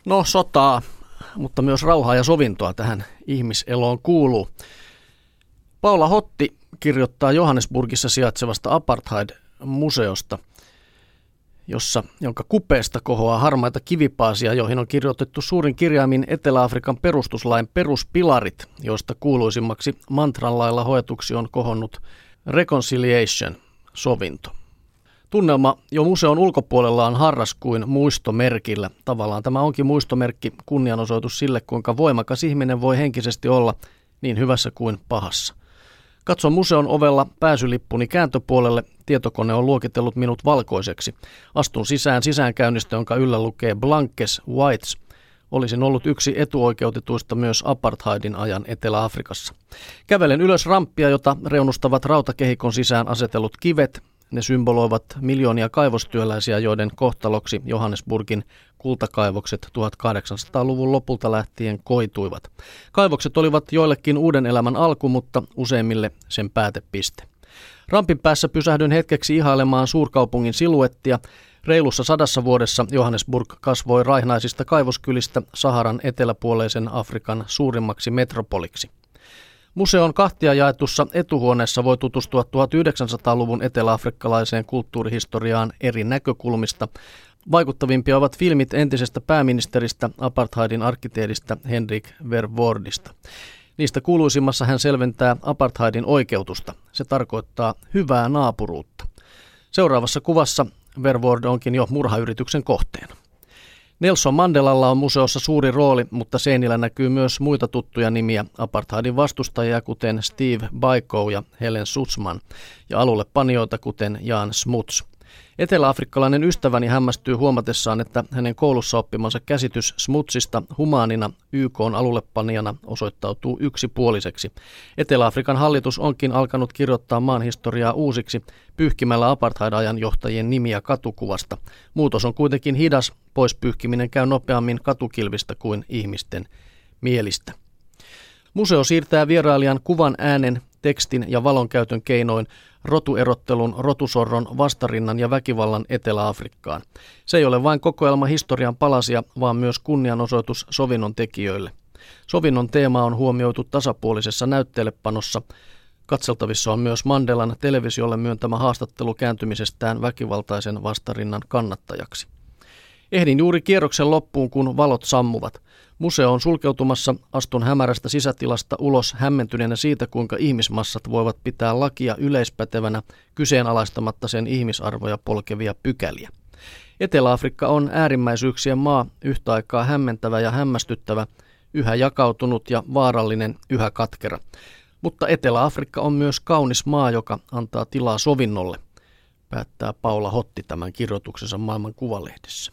No sotaa, mutta myös rauhaa ja sovintoa tähän ihmiseloon kuuluu. Paula Hotti kirjoittaa Johannesburgissa sijaitsevasta Apartheid-museosta, jonka kupeesta kohoaa harmaita kivipaasia, joihin on kirjoitettu suurin kirjaimin Etelä-Afrikan perustuslain peruspilarit, joista kuuluisimmaksi mantran lailla hoetuksi on kohonnut reconciliation, sovinto. Tunnelma jo museon ulkopuolella on harras kuin muistomerkillä. Tavallaan tämä onkin muistomerkki, kunnianosoitus sille, kuinka voimakas ihminen voi henkisesti olla niin hyvässä kuin pahassa. Katson museon ovella pääsylippuni kääntöpuolelle. Tietokone on luokitellut minut valkoiseksi. Astun sisäänkäynnistä, jonka yllä lukee Blankes Whites. Olisin ollut yksi etuoikeutetuista myös apartheidin ajan Etelä-Afrikassa. Kävelen ylös ramppia, jota reunustavat rautakehikon sisään asetellut kivet. Ne symboloivat miljoonia kaivostyöläisiä, joiden kohtaloksi Johannesburgin kultakaivokset 1800-luvun lopulta lähtien koituivat. Kaivokset olivat joillekin uuden elämän alku, mutta useimmille sen päätepiste. Rampin päässä pysähdyn hetkeksi ihailemaan suurkaupungin siluettia. Reilussa 100 vuodessa Johannesburg kasvoi raihnaisista kaivoskylistä Saharan eteläpuoleisen Afrikan suurimmaksi metropoliksi. Museon kahtia jaetussa etuhuoneessa voi tutustua 1900-luvun eteläafrikkalaiseen kulttuurihistoriaan eri näkökulmista. Vaikuttavimpia ovat filmit entisestä pääministeristä, apartheidin arkkitehdistä Hendrik Verwoerdista. Niistä kuuluisimmassa hän selventää apartheidin oikeutusta. Se tarkoittaa hyvää naapuruutta. Seuraavassa kuvassa Verwoerd onkin jo murhayrityksen kohteena. Nelson Mandelalla on museossa suuri rooli, mutta seinillä näkyy myös muita tuttuja nimiä, apartheidin vastustajia kuten Steve Biko ja Helen Suzman, ja alulle panijoita kuten Jan Smuts. Etelä-afrikkalainen ystäväni hämmästyy huomatessaan, että hänen koulussa oppimansa käsitys Smutsista humaanina YK:n alullepanijana osoittautuu yksipuoliseksi. Etelä-Afrikan hallitus onkin alkanut kirjoittaa maan historiaa uusiksi pyyhkimällä apartheid-ajan johtajien nimiä katukuvasta. Muutos on kuitenkin hidas, pois pyyhkiminen käy nopeammin katukilvistä kuin ihmisten mielistä. Museo siirtää vierailijan kuvan, äänen, tekstin ja valonkäytön keinoin rotuerottelun, rotusorron, vastarinnan ja väkivallan Etelä-Afrikkaan. Se ei ole vain kokoelma historian palasia, vaan myös kunnianosoitus sovinnon tekijöille. Sovinnon teema on huomioitu tasapuolisessa näytteellepanossa. Katseltavissa on myös Mandelan televisiolle myöntämä haastattelu kääntymisestään väkivaltaisen vastarinnan kannattajaksi. Ehdin juuri kierroksen loppuun, kun valot sammuvat. Museo on sulkeutumassa, astun hämärästä sisätilasta ulos hämmentyneenä siitä, kuinka ihmismassat voivat pitää lakia yleispätevänä kyseenalaistamatta sen ihmisarvoja polkevia pykäliä. Etelä-Afrikka on äärimmäisyyksien maa, yhtä aikaa hämmentävä ja hämmästyttävä, yhä jakautunut ja vaarallinen, yhä katkera. Mutta Etelä-Afrikka on myös kaunis maa, joka antaa tilaa sovinnolle, päättää Paula Hotti tämän kirjoituksensa Maailman Kuvalehdessä.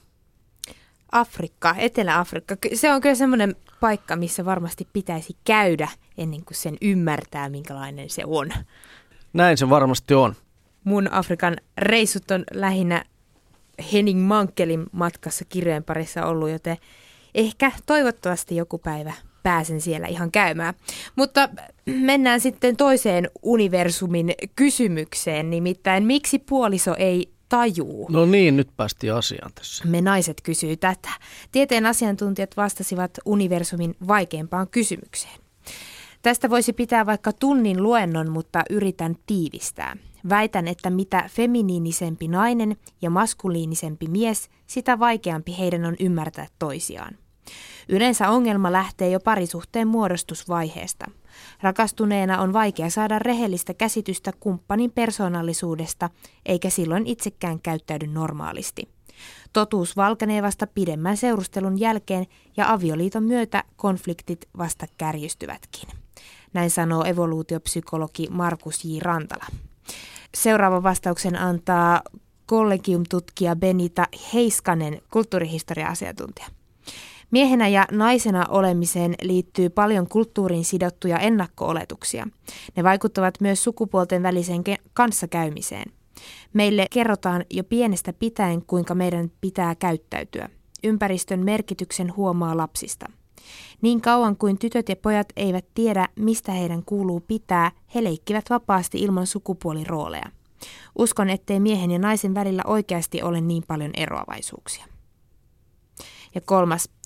Afrikka, Etelä-Afrikka, se on kyllä semmoinen paikka, missä varmasti pitäisi käydä ennen kuin sen ymmärtää, minkälainen se on. Näin se varmasti on. Mun Afrikan reissut on lähinnä Henning Mankelin matkassa kirjojen parissa ollut, joten ehkä toivottavasti joku päivä pääsen siellä ihan käymään. Mutta mennään sitten toiseen universumin kysymykseen, nimittäin miksi puoliso ei tajuu? No niin, nyt päästiin asiaan tässä. Me naiset kysyy tätä. Tieteen asiantuntijat vastasivat universumin vaikeimpaan kysymykseen. Tästä voisi pitää vaikka tunnin luennon, mutta yritän tiivistää. Väitän, että mitä feminiinisempi nainen ja maskuliinisempi mies, sitä vaikeampi heidän on ymmärtää toisiaan. Yleensä ongelma lähtee jo parisuhteen muodostusvaiheesta. Rakastuneena on vaikea saada rehellistä käsitystä kumppanin persoonallisuudesta, eikä silloin itsekään käyttäydy normaalisti. Totuus valkenee vasta pidemmän seurustelun jälkeen ja avioliiton myötä konfliktit vasta kärjistyvätkin. Näin sanoo evoluutiopsykologi Markus J. Rantala. Seuraavan vastauksen antaa kollegium-tutkija Benita Heiskanen, kulttuurihistoria-asiantuntija. Miehenä ja naisena olemiseen liittyy paljon kulttuuriin sidottuja ennakko-oletuksia. Ne vaikuttavat myös sukupuolten väliseen kanssakäymiseen. Meille kerrotaan jo pienestä pitäen, kuinka meidän pitää käyttäytyä. Ympäristön merkityksen huomaa lapsista. Niin kauan kuin tytöt ja pojat eivät tiedä, mistä heidän kuuluu pitää, he leikkivät vapaasti ilman sukupuolirooleja. Uskon, ettei miehen ja naisen välillä oikeasti ole niin paljon eroavaisuuksia. Ja kolmas.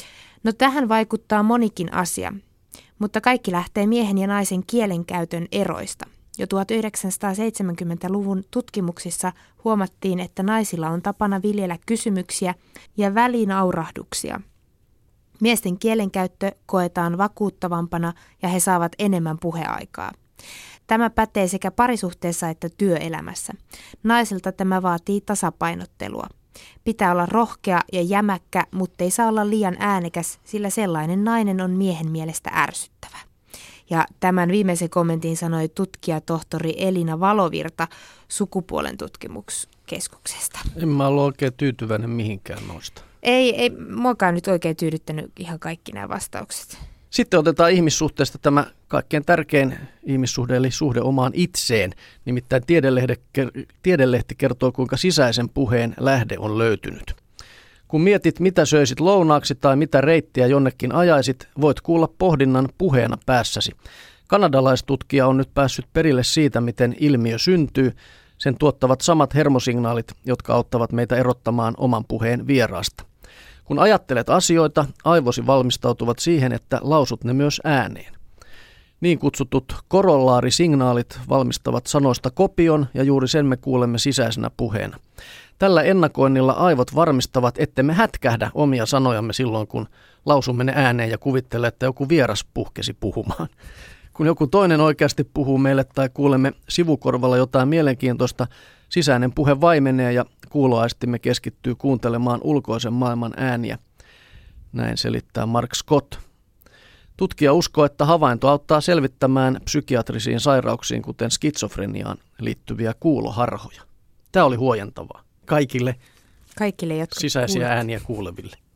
No tähän vaikuttaa monikin asia, mutta kaikki lähtee miehen ja naisen kielenkäytön eroista. Jo 1970-luvun tutkimuksissa huomattiin, että naisilla on tapana viljellä kysymyksiä ja välinaurahduksia. Miesten kielenkäyttö koetaan vakuuttavampana ja he saavat enemmän puheaikaa. Tämä pätee sekä parisuhteessa että työelämässä. Naiselta tämä vaatii tasapainottelua. Pitää olla rohkea ja jämäkkä, mutta ei saa olla liian äänekäs, sillä sellainen nainen on miehen mielestä ärsyttävä. Ja tämän viimeisen kommentin sanoi tutkijatohtori Elina Valovirta Sukupuolen tutkimuskeskuksesta. En mä ole oikein tyytyväinen mihinkään noista. Ei muakaan nyt oikein tyydyttänyt ihan kaikki nämä vastaukset. Sitten otetaan ihmissuhteesta tämä kaikkein tärkein ihmissuhde, eli suhde omaan itseen. Nimittäin Tiedelehti kertoo, kuinka sisäisen puheen lähde on löytynyt. Kun mietit, mitä söisit lounaaksi tai mitä reittiä jonnekin ajaisit, voit kuulla pohdinnan puheena päässäsi. Kanadalaistutkija on nyt päässyt perille siitä, miten ilmiö syntyy. Sen tuottavat samat hermosignaalit, jotka auttavat meitä erottamaan oman puheen vieraasta. Kun ajattelet asioita, aivosi valmistautuvat siihen, että lausut ne myös ääneen. Niin kutsutut korollaarisignaalit valmistavat sanoista kopion ja juuri sen me kuulemme sisäisenä puheena. Tällä ennakoinnilla aivot varmistavat, ettemme hätkähdä omia sanojamme silloin, kun lausumme ne ääneen ja kuvittelee, että joku vieras puhkesi puhumaan. Kun joku toinen oikeasti puhuu meille tai kuulemme sivukorvalla jotain mielenkiintoista, sisäinen puhe vaimenee ja kuuloaistimme keskittyy kuuntelemaan ulkoisen maailman ääniä. Näin selittää Mark Scott. Tutkija uskoo, että havainto auttaa selvittämään psykiatrisiin sairauksiin, kuten skitsofreniaan liittyviä kuuloharhoja. Tämä oli huojentavaa kaikille jotka sisäisiä ääniä kuuleville.